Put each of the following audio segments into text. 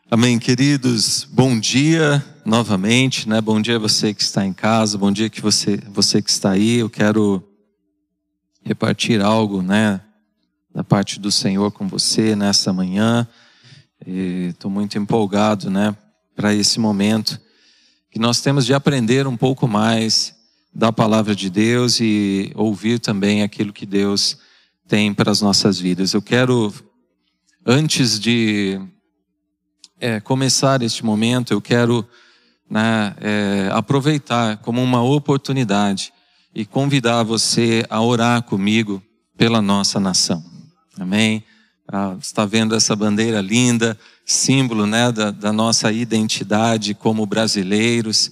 Amém, queridos. Bom dia novamente, né? Bom dia você que está em casa, bom dia que você que está aí. Eu quero repartir algo, né, da parte do Senhor com você nessa manhã. Estou muito empolgado, né, para esse momento que nós temos de aprender um pouco mais da palavra de Deus e ouvir também aquilo que Deus tem para as nossas vidas. Eu quero, antes de começar este momento, eu quero aproveitar como uma oportunidade e convidar você a orar comigo pela nossa nação. Amém? Está vendo essa bandeira linda, símbolo, né, da nossa identidade como brasileiros.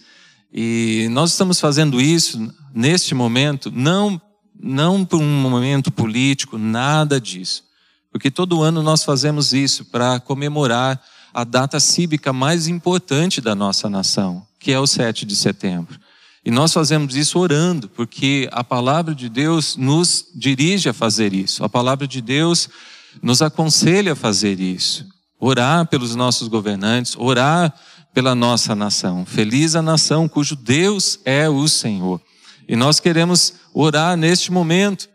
E nós estamos fazendo isso neste momento, não por um momento político, nada disso. Porque todo ano nós fazemos isso para comemorar a data cívica mais importante da nossa nação, que é o 7 de setembro. E nós fazemos isso orando, porque a palavra de Deus nos dirige a fazer isso. A palavra de Deus nos aconselha a fazer isso. Orar pelos nossos governantes, orar pela nossa nação. Feliz a nação cujo Deus é o Senhor. E nós queremos orar neste momento,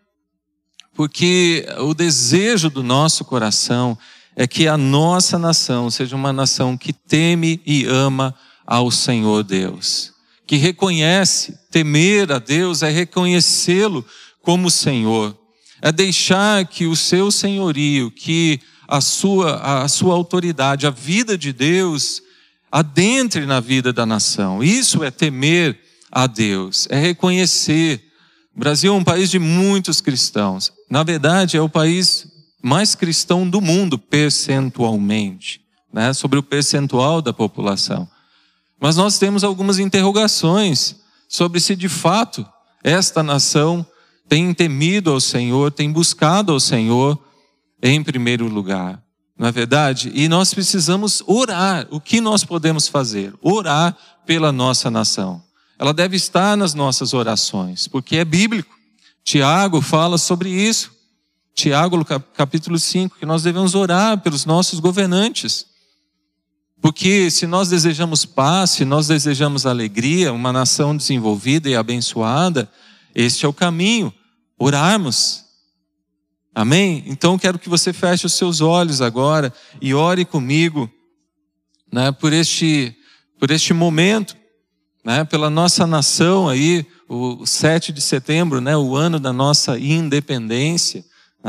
porque o desejo do nosso coração é que a nossa nação seja uma nação que teme e ama ao Senhor Deus. Que reconhece, temer a Deus é reconhecê-lo como Senhor. É deixar que o seu senhorio, que a sua autoridade, a vida de Deus, adentre na vida da nação. Isso é temer a Deus, é reconhecer. O Brasil é um país de muitos cristãos. Na verdade, é o país mais cristão do mundo, percentualmente, né? Sobre o percentual da população. Mas nós temos algumas interrogações sobre se de fato esta nação tem temido ao Senhor, tem buscado ao Senhor em primeiro lugar. Não é verdade? E nós precisamos orar. O que nós podemos fazer? Orar pela nossa nação. Ela deve estar nas nossas orações, porque é bíblico. Tiago fala sobre isso. Tiago, capítulo 5, que nós devemos orar pelos nossos governantes. Porque se nós desejamos paz, se nós desejamos alegria, uma nação desenvolvida e abençoada, este é o caminho, orarmos. Amém? Então eu quero que você feche os seus olhos agora e ore comigo, né, por este momento, né, pela nossa nação aí, o 7 de setembro, né, o ano da nossa independência.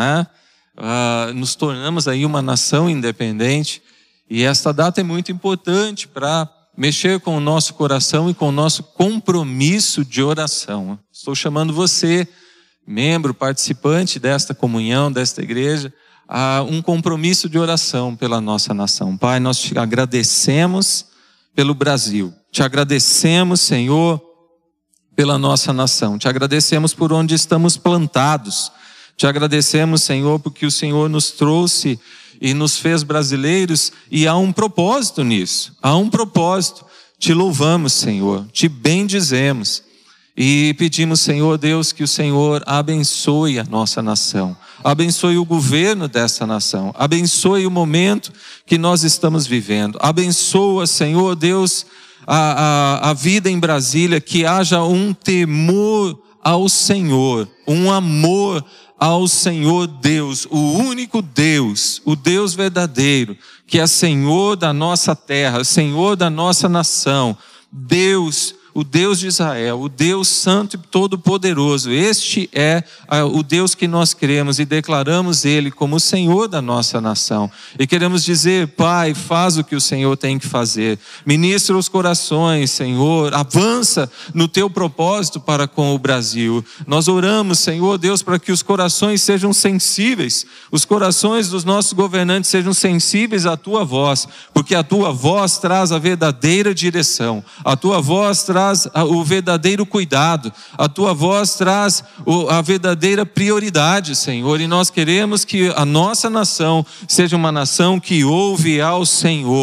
Nos tornamos aí uma nação independente e esta data é muito importante para mexer com o nosso coração e com o nosso compromisso de oração. Estou chamando você, membro, participante desta comunhão, desta igreja, a um compromisso de oração pela nossa nação. Pai, nós te agradecemos pelo Brasil, te agradecemos, Senhor, pela nossa nação, te agradecemos por onde estamos plantados. Te agradecemos, Senhor, porque o Senhor nos trouxe e nos fez brasileiros e há um propósito nisso. Há um propósito. Te louvamos, Senhor. Te bendizemos. E pedimos, Senhor Deus, que o Senhor abençoe a nossa nação. Abençoe o governo dessa nação. Abençoe o momento que nós estamos vivendo. Abençoa, Senhor Deus, a vida em Brasília. Que haja um temor ao Senhor. Um amor ao Senhor Deus, o único Deus, o Deus verdadeiro, que é Senhor da nossa terra, Senhor da nossa nação, Deus, o Deus de Israel, o Deus santo e todo-poderoso. Este é o Deus que nós cremos e declaramos Ele como o Senhor da nossa nação. E queremos dizer, Pai, faz o que o Senhor tem que fazer. Ministra os corações, Senhor. Avança no Teu propósito para com o Brasil. Nós oramos, Senhor Deus, para que os corações sejam sensíveis. Os corações dos nossos governantes sejam sensíveis à Tua voz. Porque a Tua voz traz a verdadeira direção. A Tua voz traz o verdadeiro cuidado, a Tua voz traz a verdadeira prioridade, Senhor, e nós queremos que a nossa nação seja uma nação que ouve ao Senhor.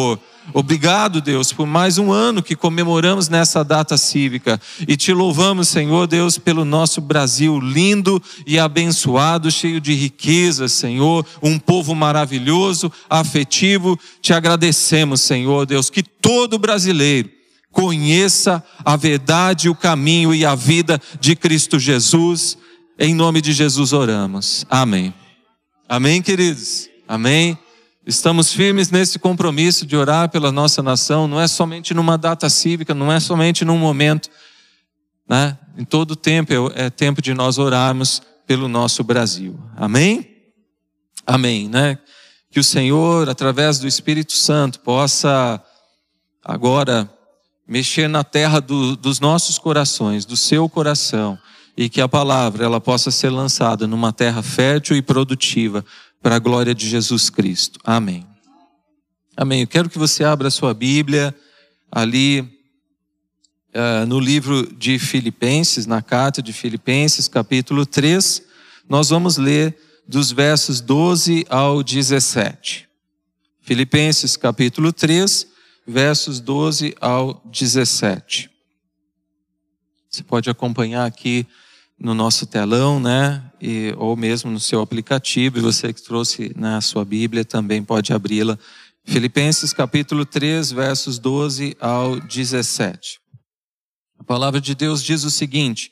Obrigado, Deus, por mais um ano que comemoramos nessa data cívica. E te louvamos, Senhor Deus, pelo nosso Brasil lindo e abençoado, cheio de riquezas, Senhor. Um povo maravilhoso, afetivo. Te agradecemos, Senhor Deus, que todo brasileiro conheça a verdade, o caminho e a vida de Cristo Jesus. Em nome de Jesus oramos. Amém. Amém, queridos? Amém. Estamos firmes nesse compromisso de orar pela nossa nação. Não é somente numa data cívica, não é somente num momento, né? Em todo tempo é tempo de nós orarmos pelo nosso Brasil. Amém? Amém, né? Que o Senhor, através do Espírito Santo, possa agora mexer na terra dos nossos corações, do seu coração, e que a palavra ela possa ser lançada numa terra fértil e produtiva para a glória de Jesus Cristo. Amém. Amém. Eu quero que você abra a sua Bíblia ali no livro de Filipenses, na carta de Filipenses, capítulo 3. Nós vamos ler dos versos 12 ao 17. Filipenses, capítulo 3, versos 12 ao 17. Você pode acompanhar aqui no nosso telão, né? Ou mesmo no seu aplicativo, e você que trouxe na sua Bíblia também pode abri-la. Filipenses capítulo 3, versos 12 ao 17. A palavra de Deus diz o seguinte: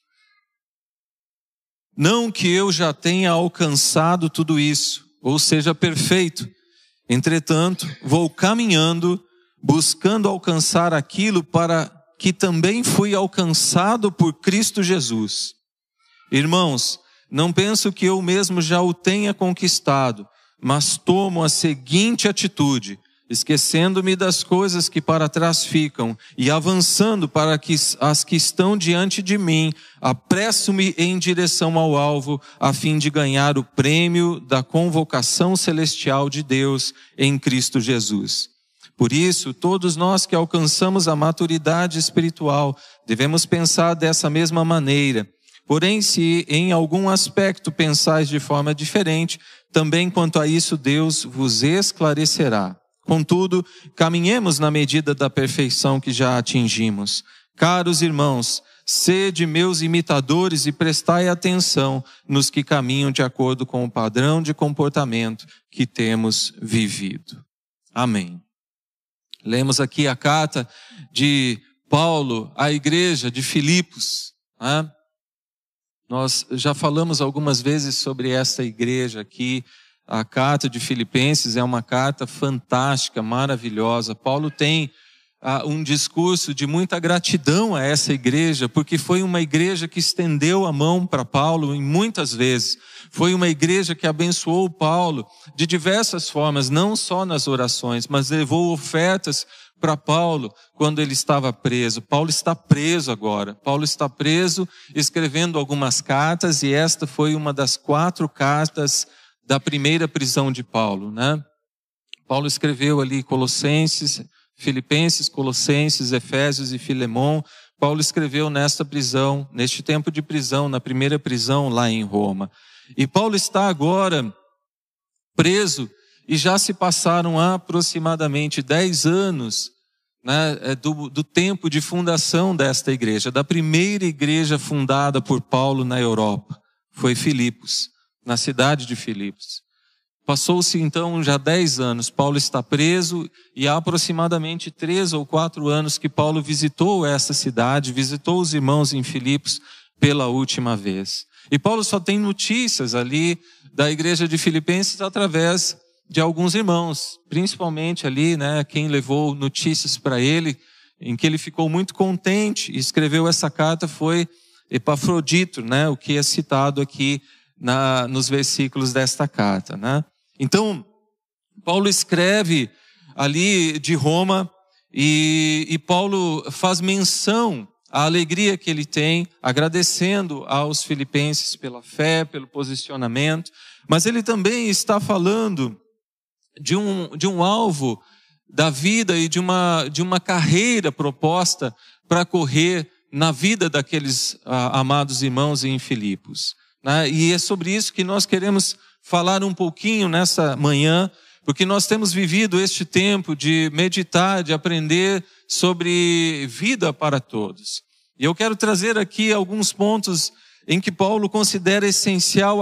não que eu já tenha alcançado tudo isso, ou seja perfeito, entretanto vou caminhando, buscando alcançar aquilo para que também fui alcançado por Cristo Jesus. Irmãos, não penso que eu mesmo já o tenha conquistado, mas tomo a seguinte atitude: esquecendo-me das coisas que para trás ficam e avançando para as que estão diante de mim, apresso-me em direção ao alvo, a fim de ganhar o prêmio da convocação celestial de Deus em Cristo Jesus. Por isso, todos nós que alcançamos a maturidade espiritual, devemos pensar dessa mesma maneira. Porém, se em algum aspecto pensais de forma diferente, também quanto a isso Deus vos esclarecerá. Contudo, caminhemos na medida da perfeição que já atingimos. Caros irmãos, sede meus imitadores e prestai atenção nos que caminham de acordo com o padrão de comportamento que temos vivido. Amém. Lemos aqui a carta de Paulo à igreja de Filipos, né? Nós já falamos algumas vezes sobre essa igreja aqui. A carta de Filipenses é uma carta fantástica, maravilhosa. Paulo tem um discurso de muita gratidão a essa igreja, porque foi uma igreja que estendeu a mão para Paulo em muitas vezes. Foi uma igreja que abençoou Paulo de diversas formas, não só nas orações, mas levou ofertas para Paulo quando ele estava preso. Paulo está preso agora. Paulo está preso, escrevendo algumas cartas, e esta foi uma das 4 cartas da primeira prisão de Paulo, né? Paulo escreveu ali Colossenses, Filipenses, Colossenses, Efésios e Filemon. Paulo escreveu nesta prisão, neste tempo de prisão, na primeira prisão lá em Roma. E Paulo está agora preso, e já se passaram aproximadamente 10 anos, né, do tempo de fundação desta igreja, da primeira igreja fundada por Paulo na Europa. Foi Filipos, na cidade de Filipos. Passou-se então já 10 anos, Paulo está preso, e há aproximadamente 3 ou 4 anos que Paulo visitou essa cidade, visitou os irmãos em Filipos pela última vez. E Paulo só tem notícias ali da igreja de Filipenses através de alguns irmãos, principalmente ali, né, quem levou notícias para ele, em que ele ficou muito contente e escreveu essa carta foi Epafrodito, né, o que é citado aqui nos versículos desta carta, né? Então, Paulo escreve ali de Roma, e Paulo faz menção à alegria que ele tem, agradecendo aos filipenses pela fé, pelo posicionamento, mas ele também está falando de um alvo da vida e de uma carreira proposta para correr na vida daqueles amados irmãos em Filipos, né? E é sobre isso que nós queremos falar um pouquinho nessa manhã, porque nós temos vivido este tempo de meditar, de aprender sobre vida para todos. E eu quero trazer aqui alguns pontos em que Paulo considera essencial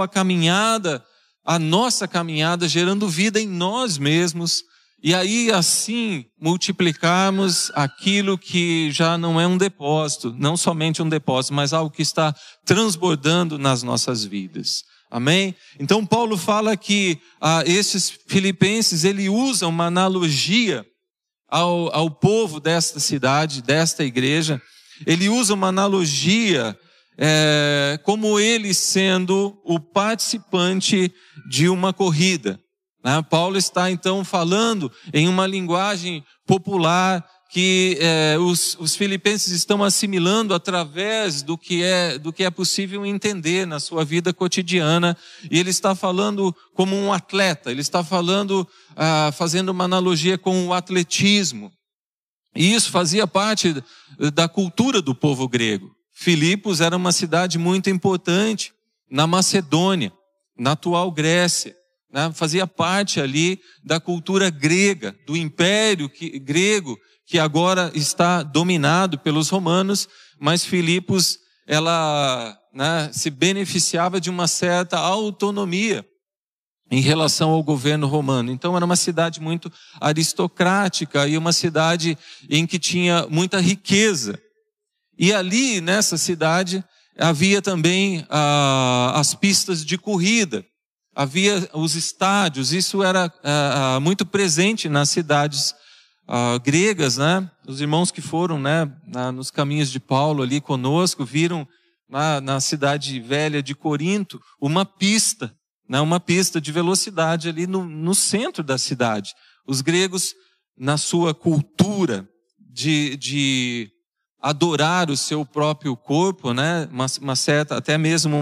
a nossa caminhada, gerando vida em nós mesmos, e aí assim multiplicarmos aquilo que já não é um depósito, não somente um depósito, mas algo que está transbordando nas nossas vidas. Amém? Então Paulo fala que esses filipenses, ele usa uma analogia ao povo desta cidade, desta igreja. Ele usa uma analogia como ele sendo o participante de uma corrida. Paulo está então falando em uma linguagem popular que os filipenses estão assimilando através do que é possível entender na sua vida cotidiana. E ele está falando como um atleta, ele está falando, fazendo uma analogia com o atletismo. E isso fazia parte da cultura do povo grego. Filipos era uma cidade muito importante na Macedônia, na atual Grécia. Fazia parte ali da cultura grega, do império grego, que agora está dominado pelos romanos, mas Filipos, ela se beneficiava de uma certa autonomia em relação ao governo romano. Então era uma cidade muito aristocrática e uma cidade em que tinha muita riqueza. E ali, nessa cidade, havia também as pistas de corrida. Havia os estádios, isso era muito presente nas cidades gregas, Os irmãos que foram, nos caminhos de Paulo ali conosco, viram na cidade velha de Corinto uma pista de velocidade ali no centro da cidade. Os gregos, na sua cultura de adorar o seu próprio corpo, uma certa, até mesmo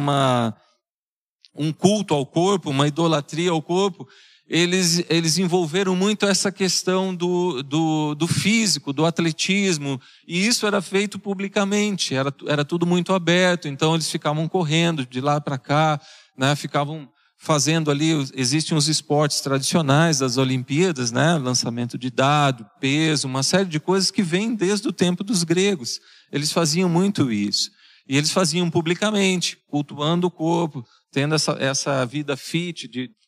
um culto ao corpo, uma idolatria ao corpo, eles envolveram muito essa questão do físico, do atletismo, e isso era feito publicamente, era tudo muito aberto, então eles ficavam correndo de lá para cá, ficavam fazendo ali, existem os esportes tradicionais das Olimpíadas, lançamento de dado, peso, uma série de coisas que vêm desde o tempo dos gregos. Eles faziam muito isso, e eles faziam publicamente, cultuando o corpo, tendo essa vida fit,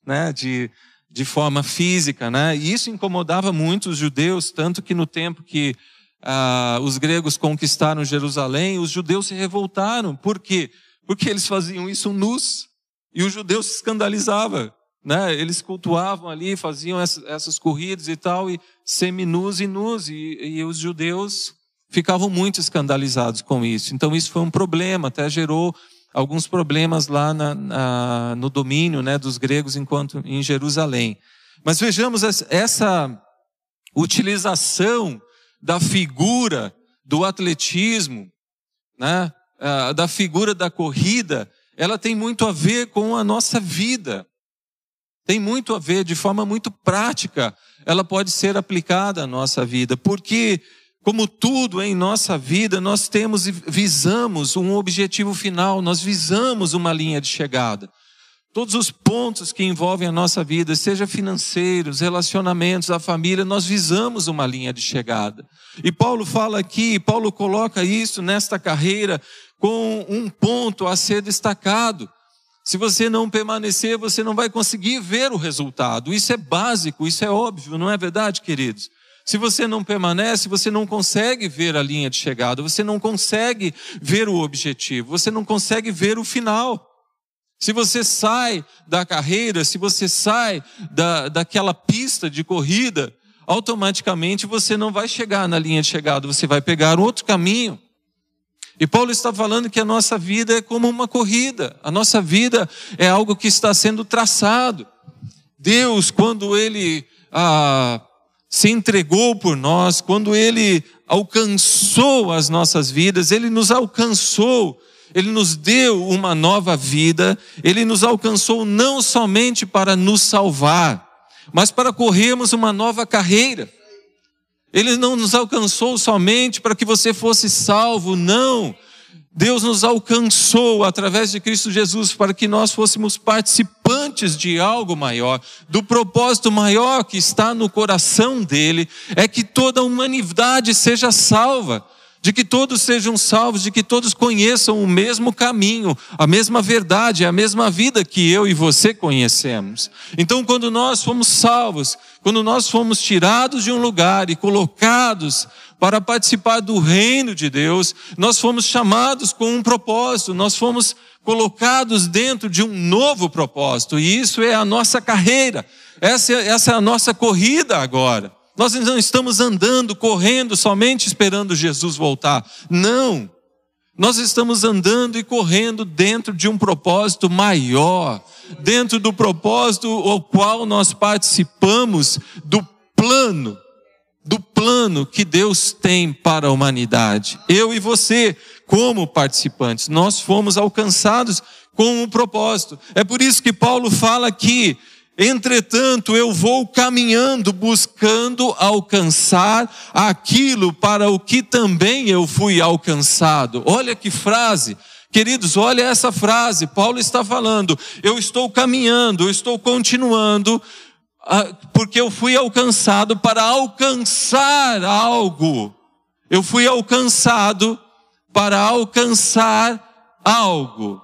de forma física, E isso incomodava muito os judeus, tanto que no tempo que os gregos conquistaram Jerusalém, os judeus se revoltaram. Por quê? Porque eles faziam isso nus, e os judeus se escandalizavam, Eles cultuavam ali, faziam essas corridas e tal, e seminus e nus, e os judeus ficavam muito escandalizados com isso. Então isso foi um problema, até gerou alguns problemas lá no domínio dos gregos enquanto em Jerusalém. Mas vejamos essa utilização da figura do atletismo, da figura da corrida, ela tem muito a ver com a nossa vida. Tem muito a ver, de forma muito prática, ela pode ser aplicada à nossa vida, porque como tudo em nossa vida, nós temos e visamos um objetivo final, nós visamos uma linha de chegada. Todos os pontos que envolvem a nossa vida, seja financeiros, relacionamentos, a família, nós visamos uma linha de chegada. E Paulo fala aqui, Paulo coloca isso nesta carreira com um ponto a ser destacado. Se você não permanecer, você não vai conseguir ver o resultado. Isso é básico, isso é óbvio, não é verdade, queridos? Se você não permanece, você não consegue ver a linha de chegada, você não consegue ver o objetivo, você não consegue ver o final. Se você sai da carreira, se você sai daquela pista de corrida, automaticamente você não vai chegar na linha de chegada, você vai pegar outro caminho. E Paulo está falando que a nossa vida é como uma corrida, a nossa vida é algo que está sendo traçado. Deus, quando Ele se entregou por nós, quando Ele alcançou as nossas vidas, Ele nos alcançou, Ele nos deu uma nova vida, Ele nos alcançou não somente para nos salvar, mas para corrermos uma nova carreira. Ele não nos alcançou somente para que você fosse salvo, não. Deus nos alcançou através de Cristo Jesus para que nós fôssemos participantes de algo maior, do propósito maior que está no coração dele, é que toda a humanidade seja salva, de que todos sejam salvos, de que todos conheçam o mesmo caminho, a mesma verdade, a mesma vida que eu e você conhecemos. Então, quando nós fomos salvos, quando nós fomos tirados de um lugar e colocados para participar do reino de Deus, nós fomos chamados com um propósito, nós fomos colocados dentro de um novo propósito, e isso é a nossa carreira, essa é a nossa corrida agora. Nós não estamos andando, correndo, somente esperando Jesus voltar. Não. Nós estamos andando e correndo dentro de um propósito maior, dentro do propósito ao qual nós participamos do plano que Deus tem para a humanidade. Eu e você, como participantes, nós fomos alcançados com um propósito. É por isso que Paulo fala aqui: entretanto, eu vou caminhando, buscando alcançar aquilo para o que também eu fui alcançado. Olha que frase, queridos, olha essa frase. Paulo está falando: eu estou caminhando, eu estou continuando, porque eu fui alcançado para alcançar algo. Eu fui alcançado para alcançar algo.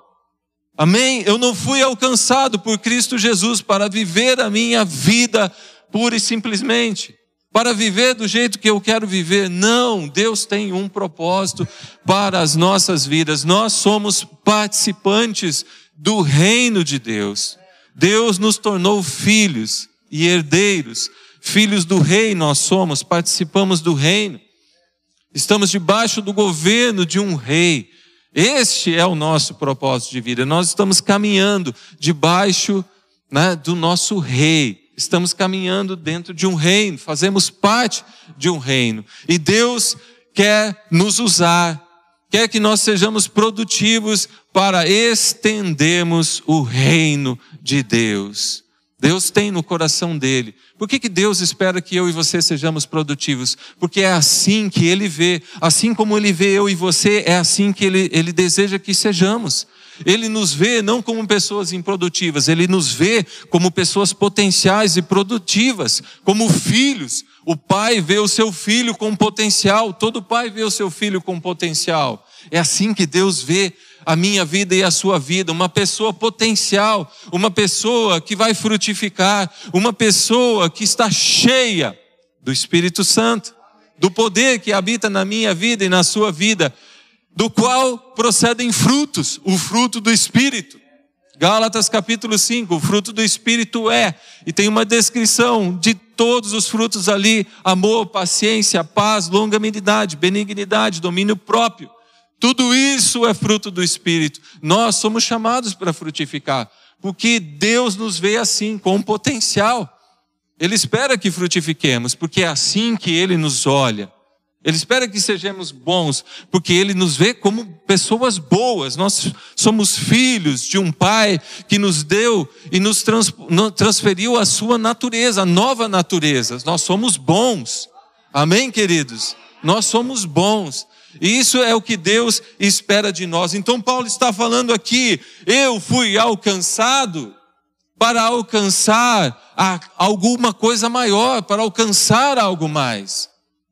Amém? Eu não fui alcançado por Cristo Jesus para viver a minha vida pura e simplesmente, para viver do jeito que eu quero viver. Não, Deus tem um propósito para as nossas vidas. Nós somos participantes do reino de Deus. Deus nos tornou filhos e herdeiros. Filhos do rei nós somos, participamos do reino. Estamos debaixo do governo de um rei. Este é o nosso propósito de vida. Nós estamos caminhando debaixo, do nosso rei. Estamos caminhando dentro de um reino. Fazemos parte de um reino. E Deus quer nos usar. Quer que nós sejamos produtivos para estendermos o reino de Deus. Deus tem no coração dele. Por que Deus espera que eu e você sejamos produtivos? Porque é assim que ele vê. Assim como ele vê eu e você, é assim que ele deseja que sejamos. Ele nos vê não como pessoas improdutivas, ele nos vê como pessoas potenciais e produtivas, como filhos. O pai vê o seu filho com potencial, todo pai vê o seu filho com potencial. É assim que Deus vê a minha vida e a sua vida, uma pessoa potencial, uma pessoa que vai frutificar, uma pessoa que está cheia do Espírito Santo, do poder que habita na minha vida e na sua vida, do qual procedem frutos, o fruto do Espírito. Gálatas capítulo 5, o fruto do Espírito e tem uma descrição de todos os frutos ali: amor, paciência, paz, longanimidade, benignidade, domínio próprio. Tudo isso é fruto do Espírito. Nós somos chamados para frutificar, porque Deus nos vê assim, com potencial. Ele espera que frutifiquemos, porque é assim que Ele nos olha. Ele espera que sejamos bons, porque Ele nos vê como pessoas boas. Nós somos filhos de um Pai que nos deu e nos transferiu a sua natureza, a nova natureza. Nós somos bons. Amém, queridos? Nós somos bons. E isso é o que Deus espera de nós. Então Paulo está falando aqui: eu fui alcançado para alcançar alguma coisa maior, para alcançar algo mais.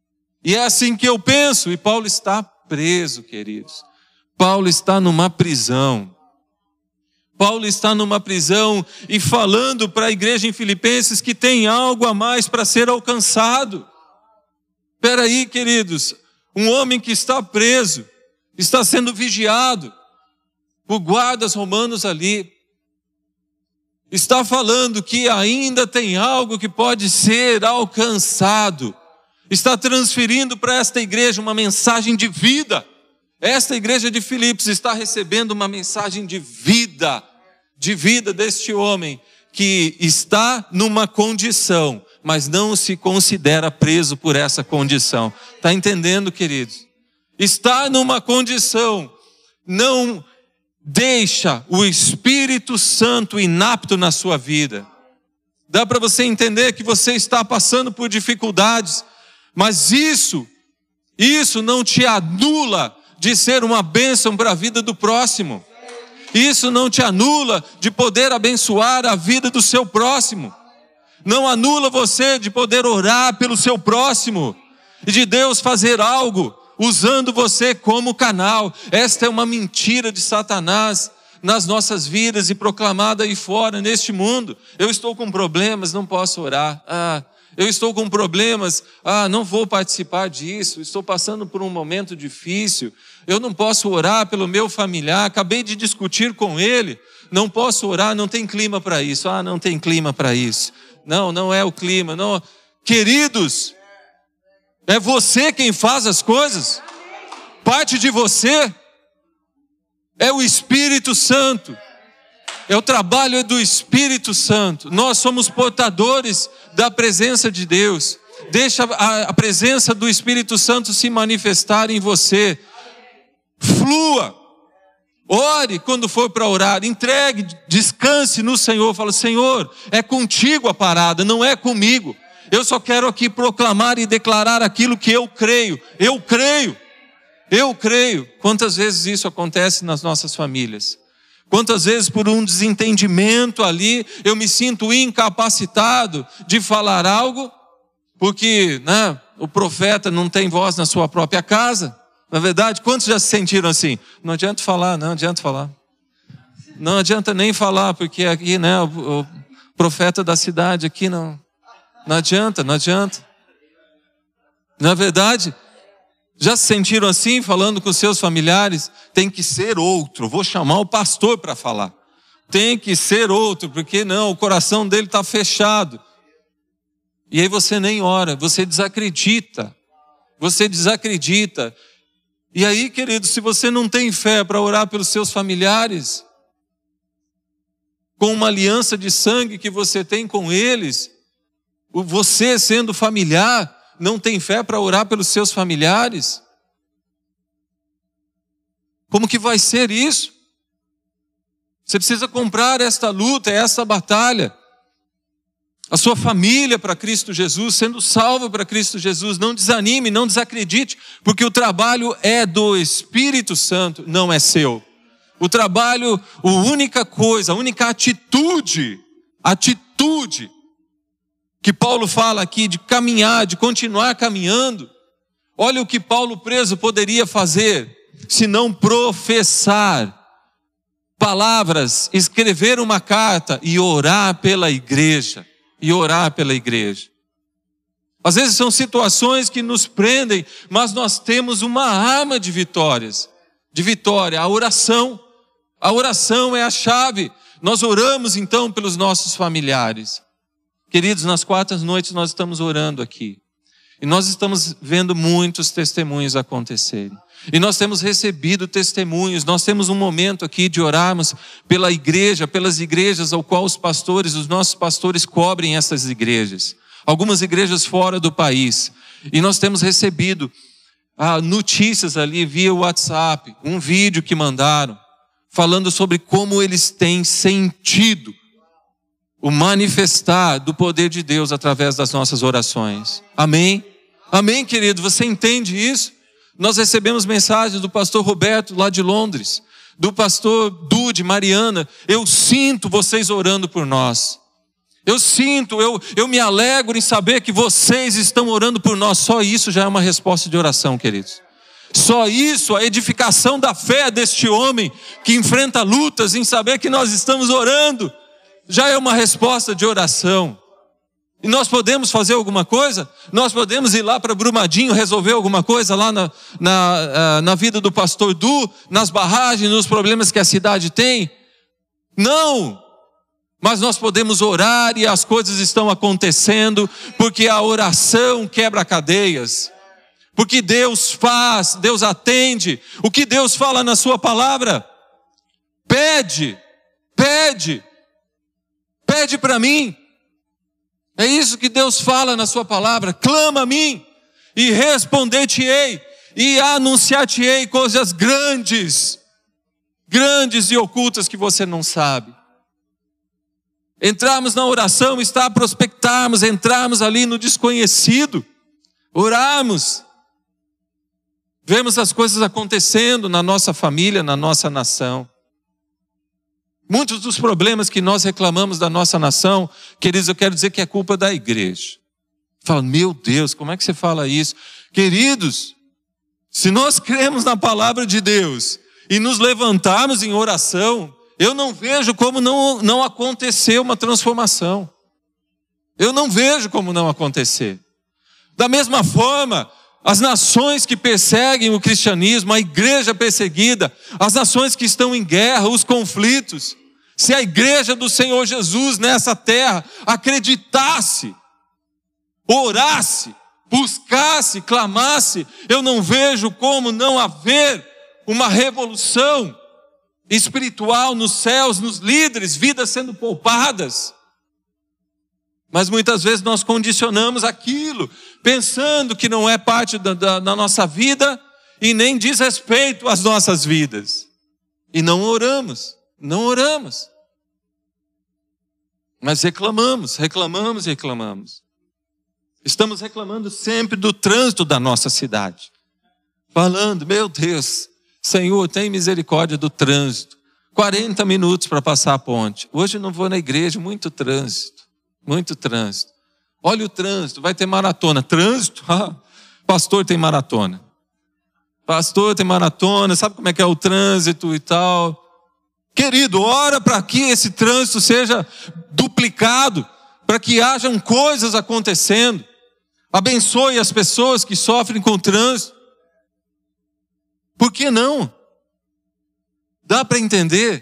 E é assim que eu penso. E Paulo está preso, queridos. Paulo está numa prisão. Paulo está numa prisão e falando para a igreja em Filipenses que tem algo a mais para ser alcançado. Espera aí, queridos. Um homem que está preso, está sendo vigiado por guardas romanos ali, está falando que ainda tem algo que pode ser alcançado. Está transferindo para esta igreja uma mensagem de vida. Esta igreja de Filipos está recebendo uma mensagem de vida deste homem que está numa condição, mas não se considera preso por essa condição. Está entendendo, queridos? Está numa condição, não deixa o Espírito Santo inapto na sua vida. Dá para você entender que você está passando por dificuldades, mas isso não te anula de ser uma bênção para a vida do próximo. Isso não te anula de poder abençoar a vida do seu próximo. Não anula você de poder orar pelo seu próximo e de Deus fazer algo usando você como canal. Esta é uma mentira de Satanás nas nossas vidas e proclamada aí fora, neste mundo. Eu estou com problemas, não posso orar. Eu estou com problemas, não vou participar disso. Estou passando por um momento difícil. Eu não posso orar pelo meu familiar. Acabei de discutir com ele. Não posso orar, não tem clima para isso. Não tem clima para isso. Não é o clima. Não. Queridos, é você quem faz as coisas. Parte de você é o Espírito Santo. É o trabalho do Espírito Santo. Nós somos portadores da presença de Deus. Deixa a presença do Espírito Santo se manifestar em você. Flua. Ore quando for para orar, entregue, descanse no Senhor. Fala, Senhor, é contigo a parada, não é comigo. Eu só quero aqui proclamar e declarar aquilo que eu creio. Eu creio. Eu creio. Quantas vezes isso acontece nas nossas famílias? Quantas vezes por um desentendimento ali, eu me sinto incapacitado de falar algo, porque o profeta não tem voz na sua própria casa. Na verdade, quantos já se sentiram assim? Não adianta falar, não adianta falar. Não adianta nem falar, porque aqui, o profeta da cidade aqui não adianta. Na verdade, já se sentiram assim, falando com seus familiares? Tem que ser outro, vou chamar o pastor para falar. Tem que ser outro, porque o coração dele está fechado. E aí você nem ora, você desacredita. E aí, querido, se você não tem fé para orar pelos seus familiares, com uma aliança de sangue que você tem com eles, você sendo familiar, não tem fé para orar pelos seus familiares? Como que vai ser isso? Você precisa comprar esta luta, esta batalha. A sua família para Cristo Jesus, sendo salvo para Cristo Jesus. Não desanime, não desacredite, porque o trabalho é do Espírito Santo, não é seu. O trabalho, a única coisa, a única atitude que Paulo fala aqui de caminhar, de continuar caminhando. Olha o que Paulo preso poderia fazer, se não professar palavras, escrever uma carta e orar pela igreja. Às vezes são situações que nos prendem, mas nós temos uma arma de vitória, a oração. A oração é a chave. Nós oramos então pelos nossos familiares. Queridos, nas quartas noites nós estamos orando aqui. E nós estamos vendo muitos testemunhos acontecerem. E nós temos recebido testemunhos. Nós temos um momento aqui de orarmos pela igreja, pelas igrejas ao qual os nossos pastores cobrem essas igrejas. Algumas igrejas fora do país. E nós temos recebido notícias ali via WhatsApp, um vídeo que mandaram, falando sobre como eles têm sentido o manifestar do poder de Deus através das nossas orações. Amém? Amém, querido? Você entende isso? Nós recebemos mensagens do pastor Roberto, lá de Londres, do pastor Dude, Mariana. Eu sinto vocês orando por nós. Eu me alegro em saber que vocês estão orando por nós. Só isso já é uma resposta de oração, queridos. Só isso, a edificação da fé deste homem que enfrenta lutas, em saber que nós estamos orando, já é uma resposta de oração. E nós podemos fazer alguma coisa? Nós podemos ir lá para Brumadinho resolver alguma coisa lá na vida do pastor Du, nas barragens, nos problemas que a cidade tem? Não! Mas nós podemos orar e as coisas estão acontecendo, porque a oração quebra cadeias. Porque Deus faz, Deus atende. O que Deus fala na sua palavra? Pede para mim. É isso que Deus fala na sua palavra. Clama a mim e responder-te-ei e anunciar-te-ei coisas grandes e ocultas que você não sabe. Entrarmos na oração está prospectarmos, entrarmos ali no desconhecido, orarmos, Vemos as coisas acontecendo na nossa família, na nossa nação. Muitos dos problemas que nós reclamamos da nossa nação, queridos, eu quero dizer que é culpa da igreja. Fala, meu Deus, como é que você fala isso? Queridos, se nós cremos na palavra de Deus e nos levantarmos em oração, eu não vejo como não acontecer uma transformação. Eu não vejo como não acontecer. Da mesma forma, as nações que perseguem o cristianismo, a igreja perseguida, as nações que estão em guerra, os conflitos, se a igreja do Senhor Jesus nessa terra acreditasse, orasse, buscasse, clamasse, eu não vejo como não haver uma revolução espiritual nos céus, nos líderes, vidas sendo poupadas. Mas muitas vezes nós condicionamos aquilo, pensando que não é parte da nossa vida e nem diz respeito às nossas vidas. E não oramos. Mas reclamamos. Estamos reclamando sempre do trânsito da nossa cidade. Falando, meu Deus, Senhor, tem misericórdia do trânsito. 40 minutos para passar a ponte. Hoje eu não vou na igreja, muito trânsito. Olha o trânsito, vai ter maratona. Trânsito? Pastor tem maratona. Sabe como é que é o trânsito e tal? Querido, ora para que esse trânsito seja duplicado, para que hajam coisas acontecendo. Abençoe as pessoas que sofrem com o trânsito. Por que não? Dá para entender.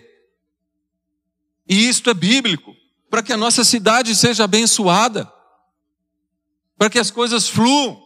E isto é bíblico. Para que a nossa cidade seja abençoada. Para que as coisas fluam.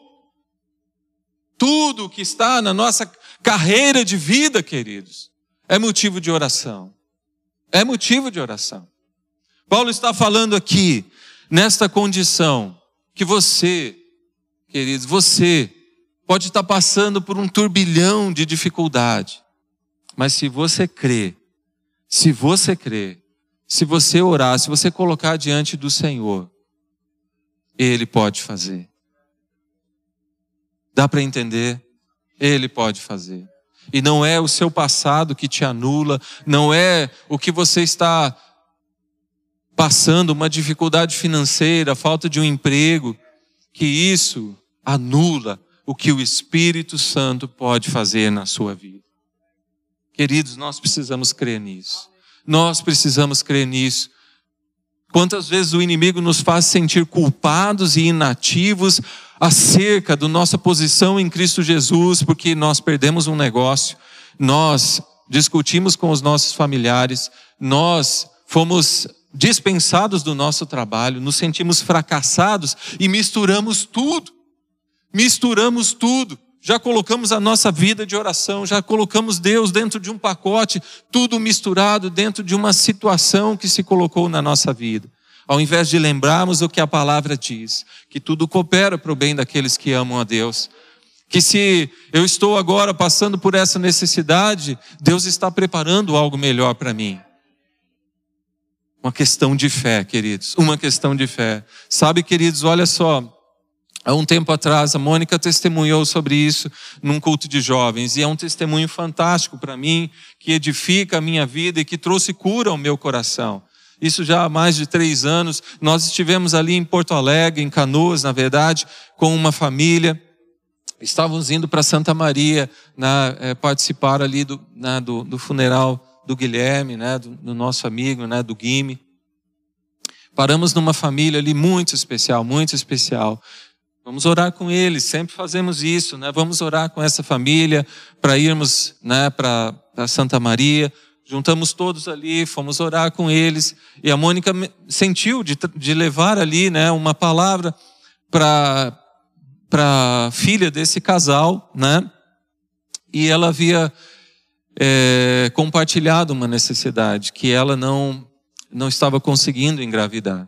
Tudo que está na nossa carreira de vida, queridos, é motivo de oração. É motivo de oração. Paulo está falando aqui, nesta condição, que você, queridos, você pode estar passando por um turbilhão de dificuldade. Mas se você crer, se você orar, se você colocar diante do Senhor, Ele pode fazer. Dá para entender? Ele pode fazer. E não é o seu passado que te anula, não é o que você está passando, uma dificuldade financeira, falta de um emprego, que isso anula o que o Espírito Santo pode fazer na sua vida. Queridos, nós precisamos crer nisso. Quantas vezes o inimigo nos faz sentir culpados e inativos acerca da nossa posição em Cristo Jesus, porque nós perdemos um negócio, nós discutimos com os nossos familiares, nós fomos dispensados do nosso trabalho, nos sentimos fracassados e misturamos tudo. Já colocamos a nossa vida de oração, já colocamos Deus dentro de um pacote, tudo misturado dentro de uma situação que se colocou na nossa vida. Ao invés de lembrarmos o que a palavra diz, que tudo coopera para o bem daqueles que amam a Deus. Que se eu estou agora passando por essa necessidade, Deus está preparando algo melhor para mim. Uma questão de fé, queridos, uma questão de fé. Sabe, queridos, olha só. Há um tempo atrás, a Mônica testemunhou sobre isso num culto de jovens. E é um testemunho fantástico para mim, que edifica a minha vida e que trouxe cura ao meu coração. Isso já há mais de 3 anos. Nós estivemos ali em Porto Alegre, em Canoas, na verdade, com uma família. Estávamos indo para Santa Maria, participar ali do funeral do Guilherme, do nosso amigo, do Guime. Paramos numa família ali muito especial, muito especial. Vamos orar com eles, sempre fazemos isso, Vamos orar com essa família para irmos, para Santa Maria. Juntamos todos ali, fomos orar com eles. E a Mônica sentiu de levar ali, uma palavra para a filha desse casal, E ela havia compartilhado uma necessidade, que ela não estava conseguindo engravidar.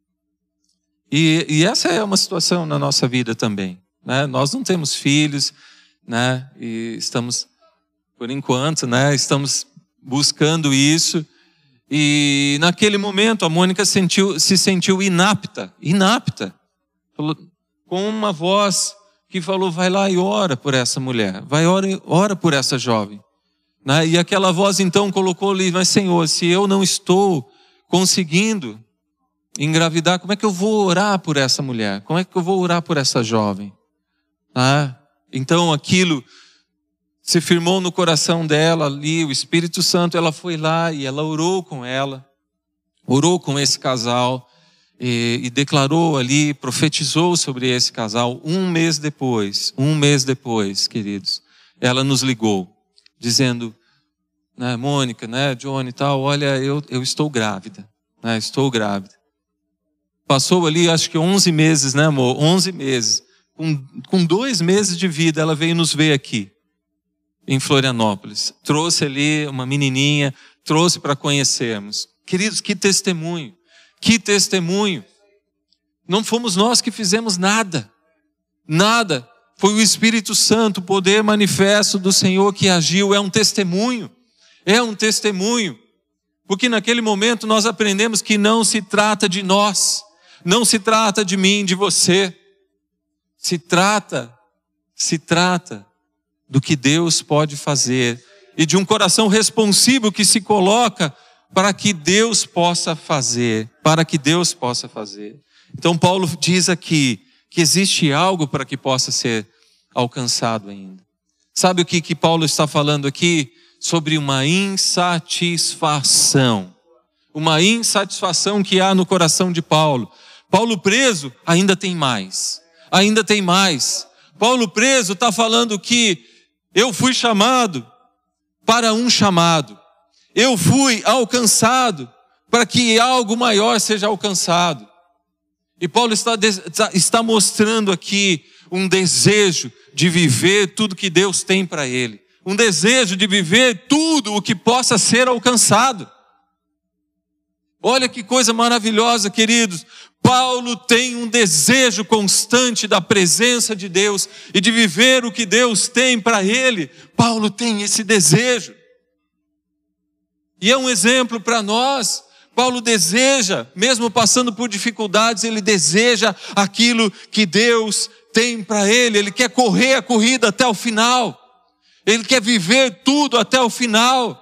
E essa é uma situação na nossa vida também, Nós não temos filhos, E estamos, por enquanto, estamos buscando isso. E naquele momento a Mônica se sentiu inapta, com uma voz que falou, vai lá e ora por essa mulher, ora por essa jovem. Né? E aquela voz então colocou ali, mas Senhor, se eu não estou conseguindo engravidar, como é que eu vou orar por essa mulher? Como é que eu vou orar por essa jovem? Então aquilo se firmou no coração dela ali, o Espírito Santo, ela foi lá e ela orou com ela, orou com esse casal e declarou ali, profetizou sobre esse casal. Um mês depois, queridos, ela nos ligou, dizendo, né, Mônica, né, Johnny e tal, olha, eu estou grávida, né, estou grávida. Passou ali, acho que 11 meses, né, amor? 11 meses. Com 2 meses de vida, ela veio nos ver aqui, em Florianópolis. Trouxe ali uma menininha, trouxe para conhecermos. Queridos, que testemunho, que testemunho. Não fomos nós que fizemos nada, nada. Foi o Espírito Santo, o poder manifesto do Senhor que agiu. É um testemunho, porque naquele momento nós aprendemos que não se trata de nós, não se trata de mim, de você. Se trata do que Deus pode fazer e de um coração responsivo que se coloca para que Deus possa fazer, Então Paulo diz aqui que existe algo para que possa ser alcançado ainda. Sabe o que Paulo está falando aqui? Sobre uma insatisfação que há no coração de Paulo. Paulo preso, ainda tem mais. Paulo preso está falando que eu fui chamado para um chamado. Eu fui alcançado para que algo maior seja alcançado. E Paulo está mostrando aqui um desejo de viver tudo que Deus tem para ele. Um desejo de viver tudo o que possa ser alcançado. Olha que coisa maravilhosa, queridos. Paulo tem um desejo constante da presença de Deus e de viver o que Deus tem para ele. Paulo tem esse desejo. E é um exemplo para nós. Paulo deseja, mesmo passando por dificuldades, ele deseja aquilo que Deus tem para ele. Ele quer correr a corrida até o final. Ele quer viver tudo até o final.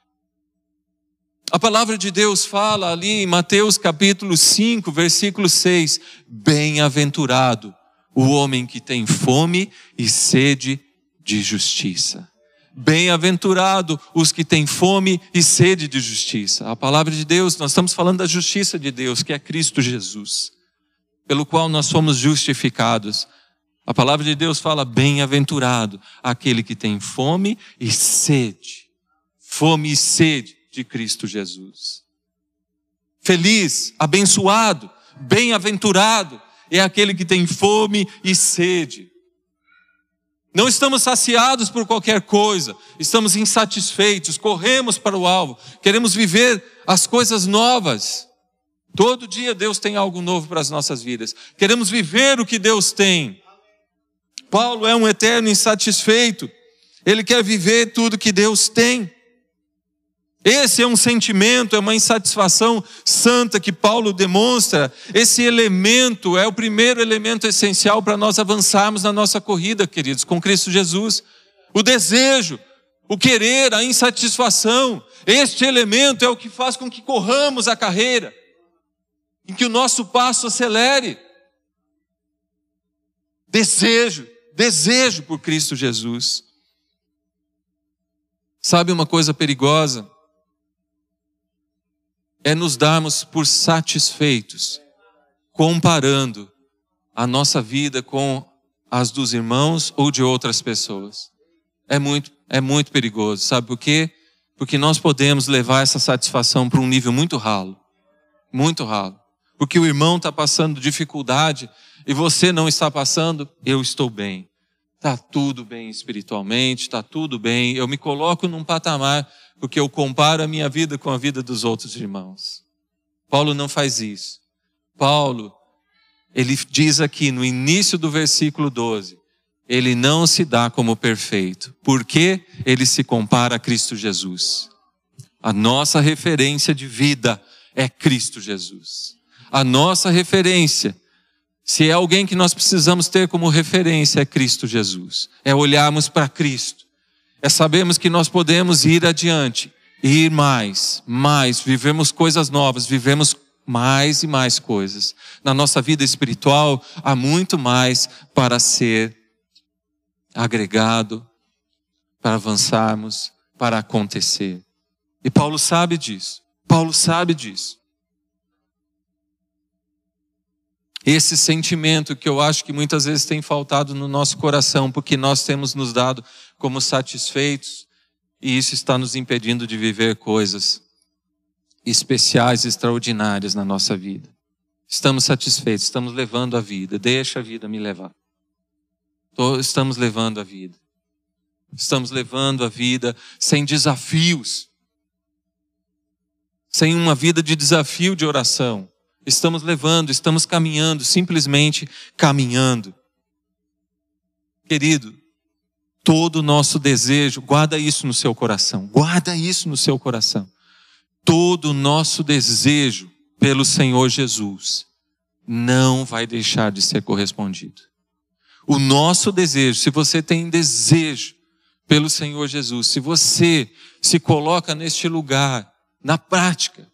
A palavra de Deus fala ali em Mateus capítulo 5, versículo 6. Bem-aventurado o homem que tem fome e sede de justiça. Bem-aventurado os que têm fome e sede de justiça. A palavra de Deus, nós estamos falando da justiça de Deus, que é Cristo Jesus, pelo qual nós somos justificados. A palavra de Deus fala, bem-aventurado aquele que tem fome e sede de Cristo Jesus. Feliz, abençoado, bem-aventurado é aquele que tem fome e sede. Não estamos saciados por qualquer coisa, estamos insatisfeitos, corremos para o alvo, queremos viver as coisas novas. Todo dia Deus tem algo novo para as nossas vidas. Queremos viver o que Deus tem. Paulo é um eterno insatisfeito. Ele quer viver tudo que Deus tem. Esse é um sentimento, é uma insatisfação santa que Paulo demonstra. Esse elemento é o primeiro elemento essencial para nós avançarmos na nossa corrida, queridos, com Cristo Jesus. O desejo, o querer, a insatisfação. Este elemento é o que faz com que corramos a carreira, em que o nosso passo acelere. Desejo por Cristo Jesus. Sabe uma coisa perigosa? É nos darmos por satisfeitos, comparando a nossa vida com as dos irmãos ou de outras pessoas. É muito perigoso, sabe por quê? Porque nós podemos levar essa satisfação para um nível muito ralo. Muito ralo. Porque o irmão está passando dificuldade e você não está passando, eu estou bem. Está tudo bem espiritualmente, está tudo bem. Eu me coloco num patamar porque eu comparo a minha vida com a vida dos outros irmãos. Paulo não faz isso. Paulo, ele diz aqui no início do versículo 12, ele não se dá como perfeito, porque ele se compara a Cristo Jesus. A nossa referência de vida é Cristo Jesus. A nossa referência, Se é alguém que nós precisamos ter como referência, é Cristo Jesus. É olharmos para Cristo. É sabermos que nós podemos ir adiante, ir mais, vivemos coisas novas, vivemos mais e mais coisas. Na nossa vida espiritual, há muito mais para ser agregado, para avançarmos, para acontecer. E Paulo sabe disso. Paulo sabe disso. Esse sentimento que eu acho que muitas vezes tem faltado no nosso coração, porque nós temos nos dado como satisfeitos, e isso está nos impedindo de viver coisas especiais, extraordinárias na nossa vida. Estamos satisfeitos, estamos levando a vida, deixa a vida me levar. Estamos levando a vida. Estamos levando a vida sem desafios, sem uma vida de desafio de oração. Estamos levando, estamos caminhando, simplesmente caminhando. Querido, todo o nosso desejo, guarda isso no seu coração, guarda isso no seu coração. Todo o nosso desejo pelo Senhor Jesus não vai deixar de ser correspondido. O nosso desejo, se você tem desejo pelo Senhor Jesus, se você se coloca neste lugar, na prática,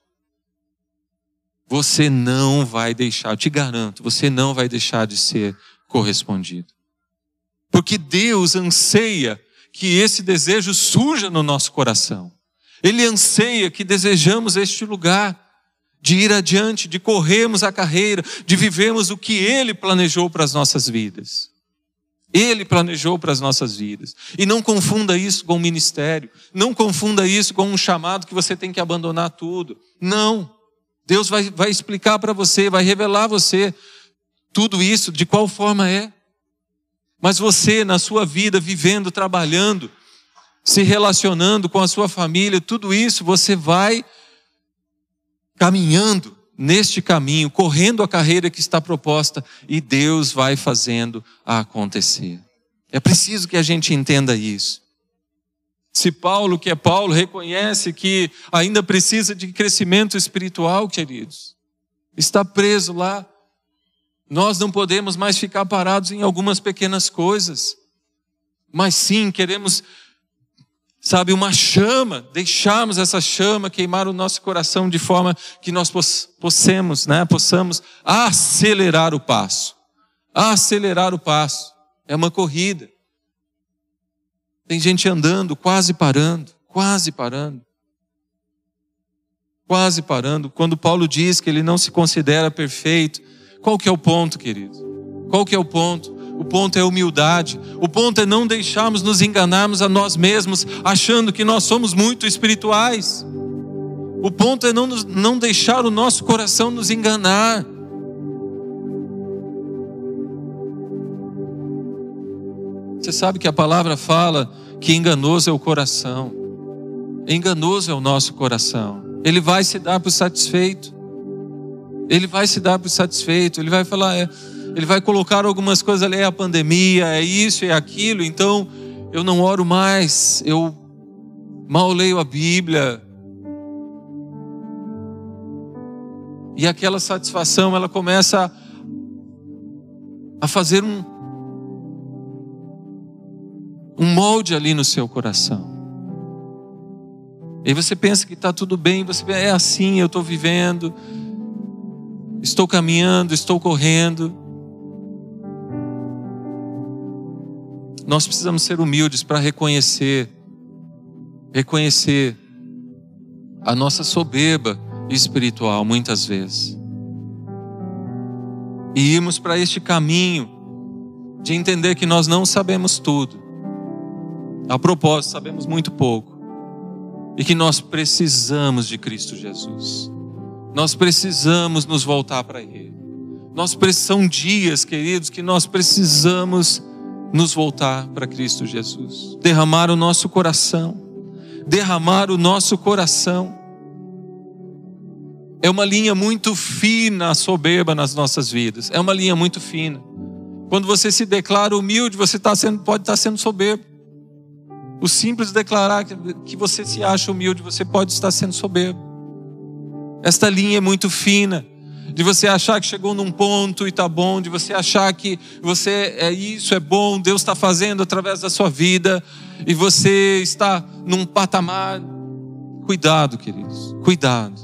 você não vai deixar, eu te garanto, você não vai deixar de ser correspondido. Porque Deus anseia que esse desejo surja no nosso coração. Ele anseia que desejamos este lugar, de ir adiante, de corrermos a carreira, de vivermos o que Ele planejou para as nossas vidas. Ele planejou para as nossas vidas. E não confunda isso com o ministério. Não confunda isso com um chamado que você tem que abandonar tudo. Não. Deus vai explicar para você, vai revelar a você tudo isso, de qual forma é. Mas você, na sua vida, vivendo, trabalhando, se relacionando com a sua família, tudo isso você vai caminhando neste caminho, correndo a carreira que está proposta, e Deus vai fazendo a acontecer. É preciso que a gente entenda isso. Se Paulo, que é Paulo, reconhece que ainda precisa de crescimento espiritual, queridos, está preso lá. Nós não podemos mais ficar parados em algumas pequenas coisas, mas sim queremos, uma chama, deixarmos essa chama queimar o nosso coração de forma que nós possamos acelerar o passo. Acelerar o passo. É uma corrida. Tem gente andando, quase parando. Quando Paulo diz que ele não se considera perfeito, qual que é o ponto, querido? Qual que é o ponto? O ponto é humildade. O ponto é não deixarmos nos enganarmos a nós mesmos, achando que nós somos muito espirituais. O ponto é não deixar o nosso coração nos enganar. Você sabe que a palavra fala que enganoso é o coração. Enganoso é o nosso coração. Ele vai se dar por satisfeito. Ele vai se dar por satisfeito. Ele vai falar, ele vai colocar algumas coisas ali, é a pandemia, é isso, é aquilo. Então eu não oro mais, eu mal leio a Bíblia. E aquela satisfação, ela começa a fazer um molde ali no seu coração. E você pensa que está tudo bem, você pensa, é assim, eu estou vivendo, estou caminhando, estou correndo. Nós precisamos ser humildes para reconhecer a nossa soberba espiritual muitas vezes. E irmos para este caminho de entender que nós não sabemos tudo. A propósito, sabemos muito pouco. E que nós precisamos de Cristo Jesus. Nós precisamos nos voltar para Ele. São dias, queridos, que nós precisamos nos voltar para Cristo Jesus. Derramar o nosso coração. É uma linha muito fina a soberba nas nossas vidas. É uma linha muito fina. Quando você se declara humilde, você pode estar sendo soberbo. O simples declarar que você se acha humilde, você pode estar sendo soberbo. Esta linha é muito fina. de você achar que chegou num ponto e tá bom, de você achar que você isso é bom, Deus está fazendo através da sua vida e você está num patamar. Cuidado, queridos, cuidado.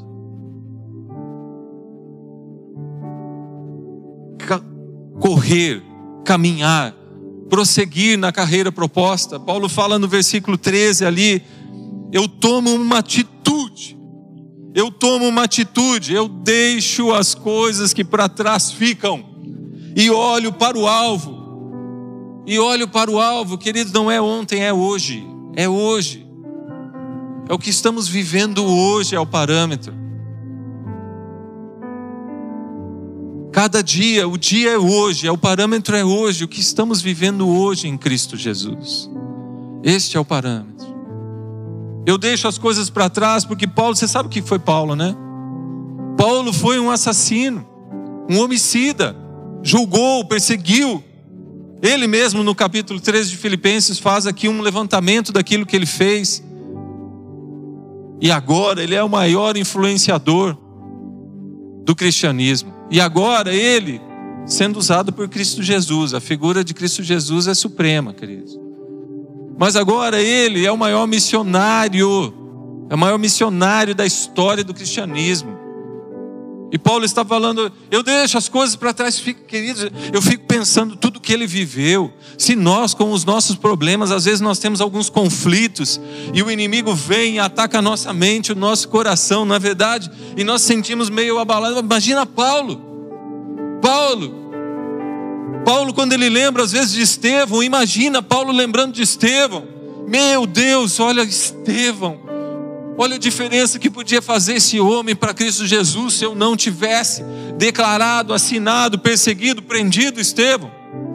Correr, caminhar, prosseguir na carreira proposta. Paulo fala no versículo 13 ali: eu tomo uma atitude, eu deixo as coisas que para trás ficam e olho para o alvo. Queridos, não é ontem, é hoje. É o que estamos vivendo hoje, é o parâmetro. Cada dia, o dia é hoje, o parâmetro é hoje, o que estamos vivendo hoje em Cristo Jesus. Este é o parâmetro. Eu deixo as coisas para trás, porque Paulo, você sabe o que foi Paulo, né? Paulo foi um assassino, um homicida, julgou, perseguiu. Ele mesmo no capítulo 13 de Filipenses faz aqui um levantamento daquilo que ele fez. E agora ele é o maior influenciador do cristianismo. E agora ele sendo usado por Cristo Jesus. A figura de Cristo Jesus é suprema, queridos. Mas agora ele é o maior missionário. É o maior missionário da história do cristianismo. E Paulo está falando, eu deixo as coisas para trás, queridos, eu fico pensando tudo que ele viveu. Se nós, com os nossos problemas, às vezes nós temos alguns conflitos, e o inimigo vem e ataca a nossa mente, o nosso coração, não é verdade? E nós sentimos meio abalados. Imagina Paulo, quando ele lembra às vezes de Estevão, imagina Paulo lembrando de Estevão. Meu Deus, olha Estevão. Olha a diferença que podia fazer esse homem para Cristo Jesus se eu não tivesse declarado, assinado, perseguido, prendido Estevão.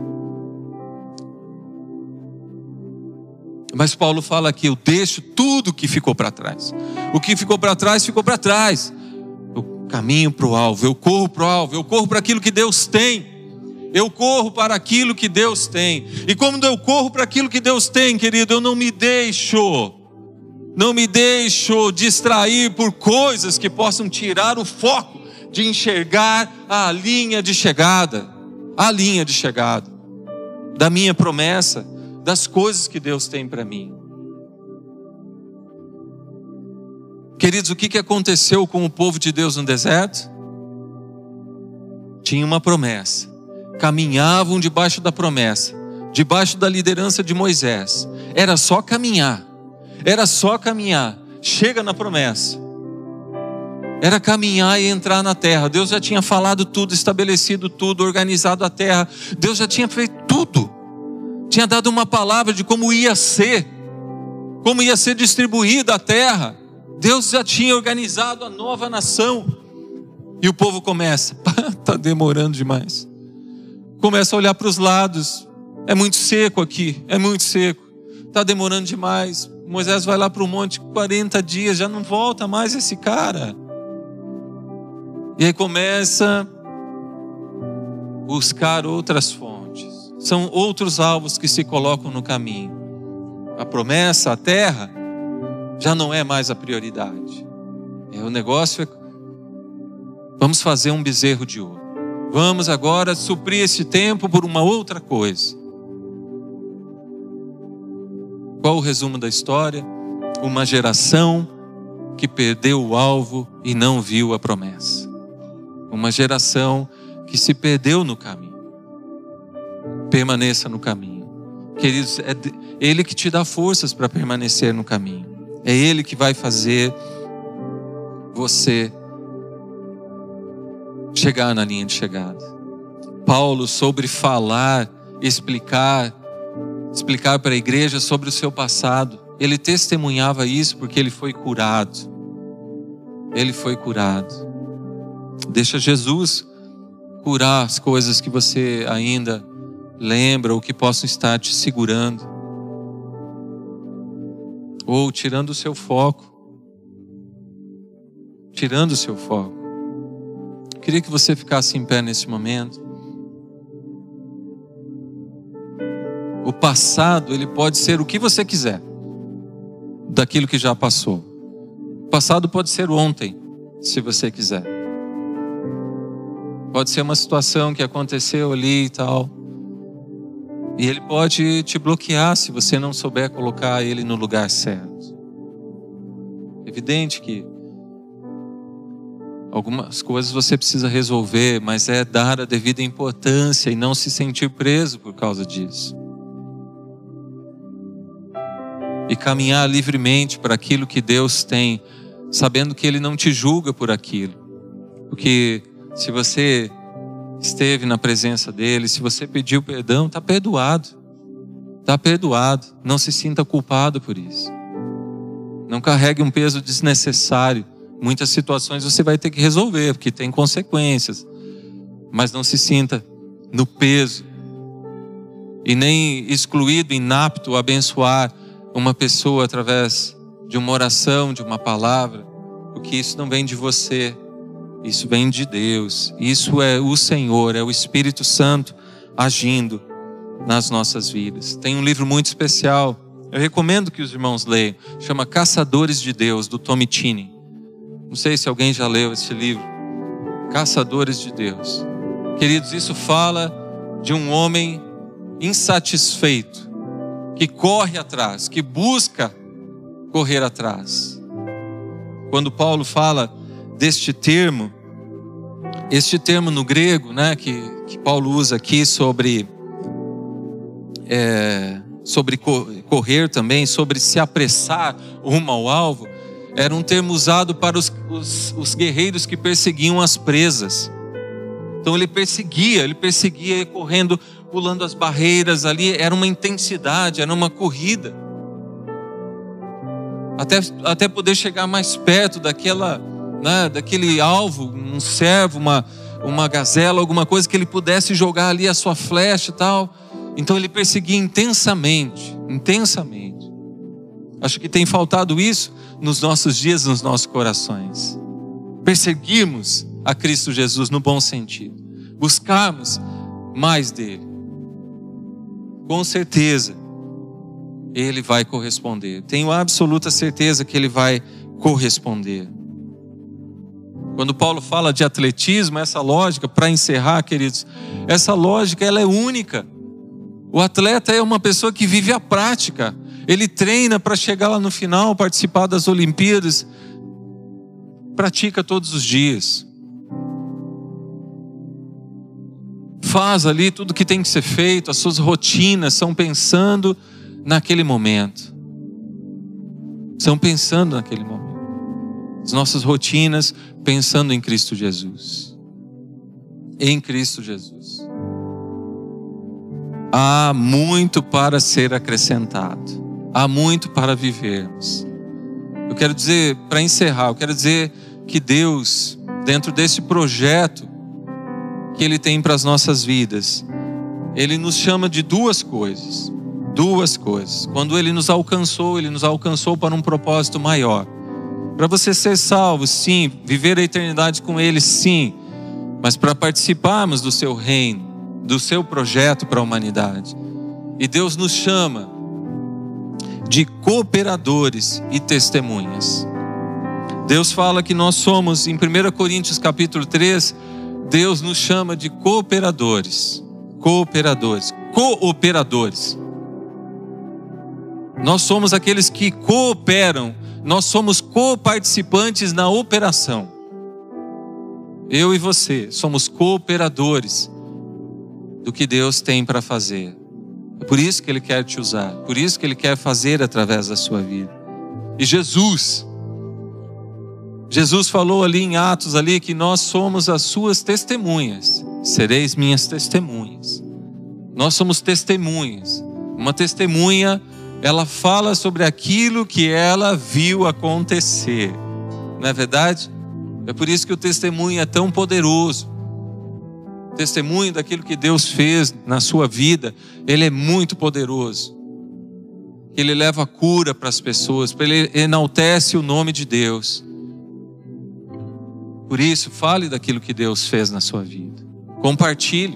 Mas Paulo fala aqui, eu deixo tudo que ficou para trás. O que ficou para trás, ficou para trás. Eu caminho para o alvo, eu corro para o alvo, eu corro para aquilo que Deus tem. Eu corro para aquilo que Deus tem. E quando eu corro para aquilo que Deus tem, querido, eu não me deixo distrair por coisas que possam tirar o foco de enxergar a linha de chegada da minha promessa, das coisas que Deus tem para mim. Queridos, o que aconteceu com o povo de Deus no deserto? Tinha uma promessa, caminhavam debaixo da promessa, debaixo da liderança de Moisés. Era só caminhar. Chega na promessa. Era caminhar e entrar na terra. Deus já tinha falado tudo, estabelecido tudo, organizado a terra. Deus já tinha feito tudo. Tinha dado uma palavra de como ia ser distribuída a terra. Deus já tinha organizado a nova nação. E o povo começa, está demorando demais. Começa a olhar para os lados. É muito seco aqui, está demorando demais. Moisés vai lá para o monte 40 dias, já não volta mais esse cara. E aí começa a buscar outras fontes. São outros alvos que se colocam no caminho. A promessa, a terra, já não é mais a prioridade. O negócio é, vamos fazer um bezerro de ouro. Vamos agora suprir esse tempo por uma outra coisa. Qual o resumo da história? Uma geração que perdeu o alvo e não viu a promessa. Uma geração que se perdeu no caminho. Permaneça no caminho. Queridos, é Ele que te dá forças para permanecer no caminho. É Ele que vai fazer você chegar na linha de chegada. Paulo soube falar, explicar para a igreja sobre o seu passado. Ele testemunhava isso porque ele foi curado. Deixa Jesus curar as coisas que você ainda lembra ou que possam estar te segurando ou tirando o seu foco. Queria que você ficasse em pé nesse momento. O passado, ele pode ser o que você quiser, daquilo que já passou. O passado pode ser ontem, se você quiser. Pode ser uma situação que aconteceu ali e tal. E ele pode te bloquear se você não souber colocar ele no lugar certo. Evidente que algumas coisas você precisa resolver, mas é dar a devida importância e não se sentir preso por causa disso. E caminhar livremente para aquilo que Deus tem, sabendo que Ele não te julga por aquilo. Porque se você esteve na presença dEle, se você pediu perdão, está perdoado. Está perdoado. Não se sinta culpado por isso. Não carregue um peso desnecessário. Muitas situações você vai ter que resolver, porque tem consequências. Mas não se sinta no peso. E nem excluído, inapto a abençoar uma pessoa através de uma oração, de uma palavra. Porque isso não vem de você. Isso vem de Deus. Isso é o Senhor, é o Espírito Santo agindo nas nossas vidas. Tem um livro muito especial. Eu recomendo que os irmãos leiam. Chama Caçadores de Deus, do Tommy Tenney. Não sei se alguém já leu esse livro. Caçadores de Deus. Queridos, isso fala de um homem insatisfeito, que corre atrás, que busca correr atrás. Quando Paulo fala deste termo, este termo no grego, né, que Paulo usa aqui sobre correr também, sobre se apressar rumo ao alvo, era um termo usado para os guerreiros que perseguiam as presas. Então ele perseguia correndo, pulando as barreiras ali, era uma intensidade, era uma corrida. Até poder chegar mais perto daquele alvo, um servo, uma gazela, alguma coisa que ele pudesse jogar ali a sua flecha e tal. Então ele perseguia intensamente. Acho que tem faltado isso nos nossos dias, nos nossos corações. Perseguirmos a Cristo Jesus no bom sentido. Buscarmos mais dele. Com certeza, ele vai corresponder. Tenho absoluta certeza que ele vai corresponder. Quando Paulo fala de atletismo, essa lógica, para encerrar, queridos, essa lógica ela é única. O atleta é uma pessoa que vive a prática. Ele treina para chegar lá no final, participar das Olimpíadas. Pratica todos os dias. Faz ali tudo que tem que ser feito. As suas rotinas são pensando naquele momento. São pensando naquele momento. As nossas rotinas pensando em Cristo Jesus. Em Cristo Jesus. Há muito para ser acrescentado. Há muito para vivermos. Eu quero dizer, para encerrar, eu quero dizer que Deus, dentro desse projeto que Ele tem para as nossas vidas, Ele nos chama de duas coisas. Duas coisas. Quando Ele nos alcançou para um propósito maior. Para você ser salvo, sim. Viver a eternidade com Ele, sim. Mas para participarmos do seu reino, do seu projeto para a humanidade. E Deus nos chama de cooperadores e testemunhas. Deus fala que nós somos, em 1 Coríntios capítulo 3, Deus nos chama de cooperadores. Cooperadores. Nós somos aqueles que cooperam. Nós somos coparticipantes na operação. Eu e você somos cooperadores do que Deus tem para fazer. É por isso que Ele quer te usar. Por isso que Ele quer fazer através da sua vida. E Jesus falou ali em Atos ali que nós somos as suas testemunhas. Sereis minhas testemunhas. Nós somos testemunhas. Uma testemunha, ela fala sobre aquilo que ela viu acontecer. Não é verdade? É por isso que o testemunho é tão poderoso. O testemunho daquilo que Deus fez na sua vida, ele é muito poderoso. Ele leva cura para as pessoas, ele enaltece o nome de Deus. Por isso, fale daquilo que Deus fez na sua vida. Compartilhe.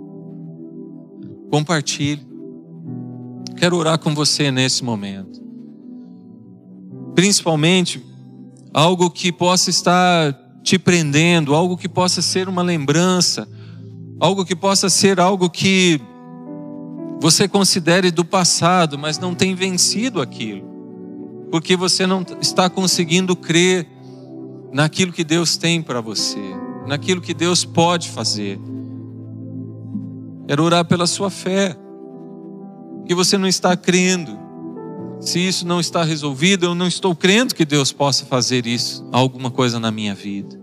Quero orar com você nesse momento. Principalmente, algo que possa estar te prendendo, algo que possa ser uma lembrança, algo que possa ser algo que você considere do passado, mas não tem vencido aquilo, porque você não está conseguindo crer naquilo que Deus tem para você, naquilo que Deus pode fazer. Quero orar pela sua fé, que você não está crendo. Se isso não está resolvido, eu não estou crendo que Deus possa fazer isso, alguma coisa na minha vida.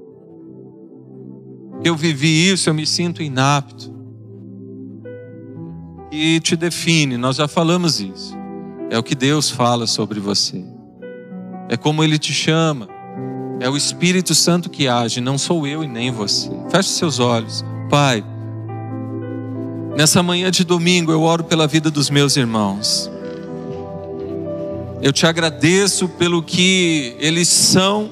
Eu vivi isso, eu me sinto inapto. E te define, nós já falamos isso. É o que Deus fala sobre você. É como Ele te chama. É o Espírito Santo que age, não sou eu e nem você. Feche seus olhos. Pai, nessa manhã de domingo eu oro pela vida dos meus irmãos. Eu te agradeço pelo que eles são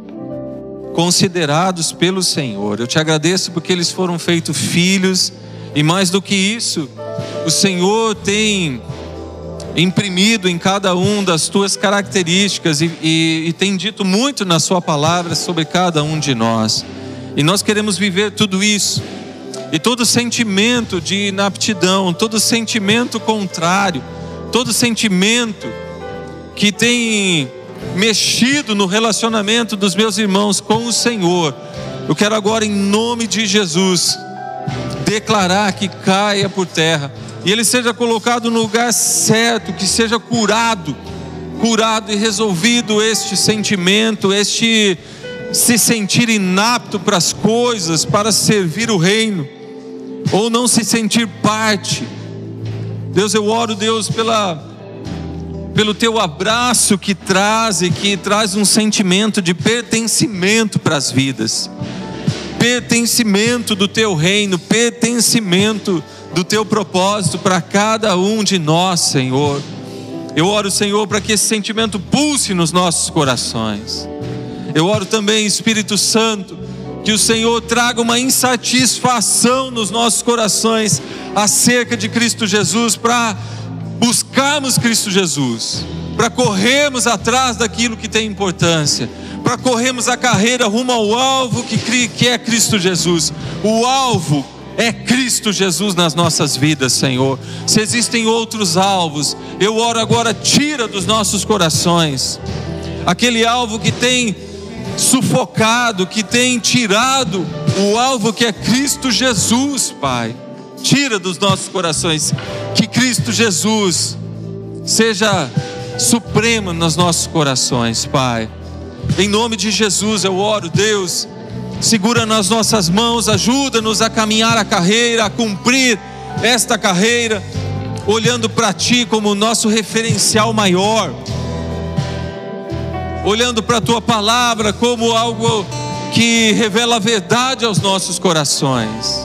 considerados pelo Senhor. Eu te agradeço porque eles foram feitos filhos. E mais do que isso, o Senhor tem imprimido em cada um das tuas características e tem dito muito na sua palavra sobre cada um de nós. E nós queremos viver tudo isso. E todo sentimento de inaptidão, todo sentimento contrário, todo sentimento que tem mexido no relacionamento dos meus irmãos com o Senhor, eu quero agora, em nome de Jesus, declarar que caia por terra e ele seja colocado no lugar certo, que seja curado e resolvido este sentimento, este se sentir inapto para as coisas, para servir o reino, ou não se sentir parte. Deus, eu oro, Deus, pelo teu abraço que traz um sentimento de pertencimento para as vidas, pertencimento do teu reino, pertencimento do teu propósito para cada um de nós, Senhor. Eu oro, Senhor, para que esse sentimento pulse nos nossos corações. Eu oro também, Espírito Santo, que o Senhor traga uma insatisfação nos nossos corações acerca de Cristo Jesus, para buscarmos Cristo Jesus, para corrermos atrás daquilo que tem importância, para corrermos a carreira rumo ao alvo que é Cristo Jesus. O alvo é Cristo Jesus nas nossas vidas, Senhor. Se existem outros alvos, eu oro agora, tira dos nossos corações aquele alvo que tem sufocado, que tem tirado o alvo que é Cristo Jesus, Pai. Tira dos nossos corações, que Cristo Jesus seja supremo nos nossos corações, Pai. Em nome de Jesus eu oro, Deus, segura nas nossas mãos, ajuda-nos a caminhar a carreira, a cumprir esta carreira, olhando para Ti como o nosso referencial maior, olhando para a Tua palavra como algo que revela a verdade aos nossos corações.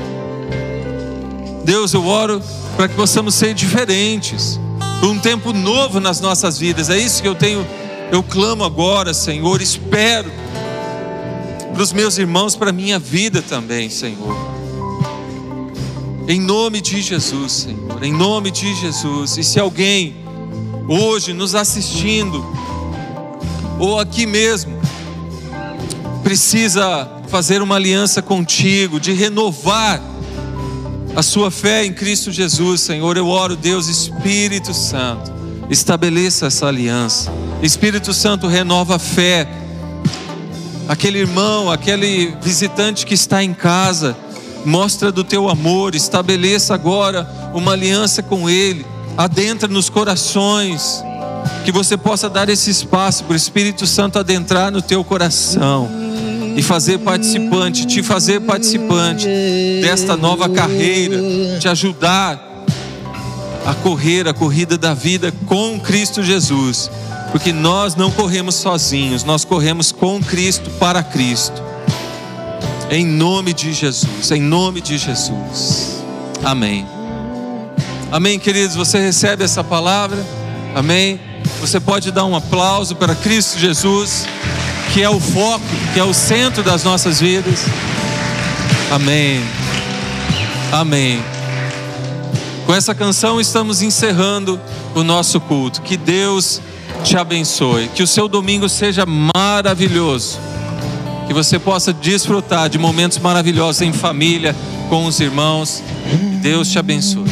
Deus, eu oro para que possamos ser diferentes, por um tempo novo nas nossas vidas. É isso que eu clamo agora, Senhor. Espero para os meus irmãos, para a minha vida também, Senhor. Em nome de Jesus, Senhor, em nome de Jesus. E se alguém hoje nos assistindo, ou aqui mesmo, precisa fazer uma aliança contigo, de renovar a sua fé em Cristo Jesus, Senhor, eu oro, Deus, Espírito Santo, estabeleça essa aliança. Espírito Santo, renova a fé. Aquele irmão, aquele visitante que está em casa, mostra do teu amor, estabeleça agora uma aliança com ele, adentra nos corações, que você possa dar esse espaço para o Espírito Santo adentrar no teu coração e te fazer participante desta nova carreira, te ajudar a correr a corrida da vida com Cristo Jesus, porque nós não corremos sozinhos, nós corremos com Cristo, para Cristo. Em nome de Jesus, em nome de Jesus. Amém. Amém, queridos, você recebe essa palavra? Amém. Você pode dar um aplauso para Cristo Jesus, que é o foco, que é o centro das nossas vidas. Amém. Amém. Com essa canção estamos encerrando o nosso culto. Que Deus te abençoe, que o seu domingo seja maravilhoso. Que você possa desfrutar de momentos maravilhosos em família, com os irmãos. Deus te abençoe.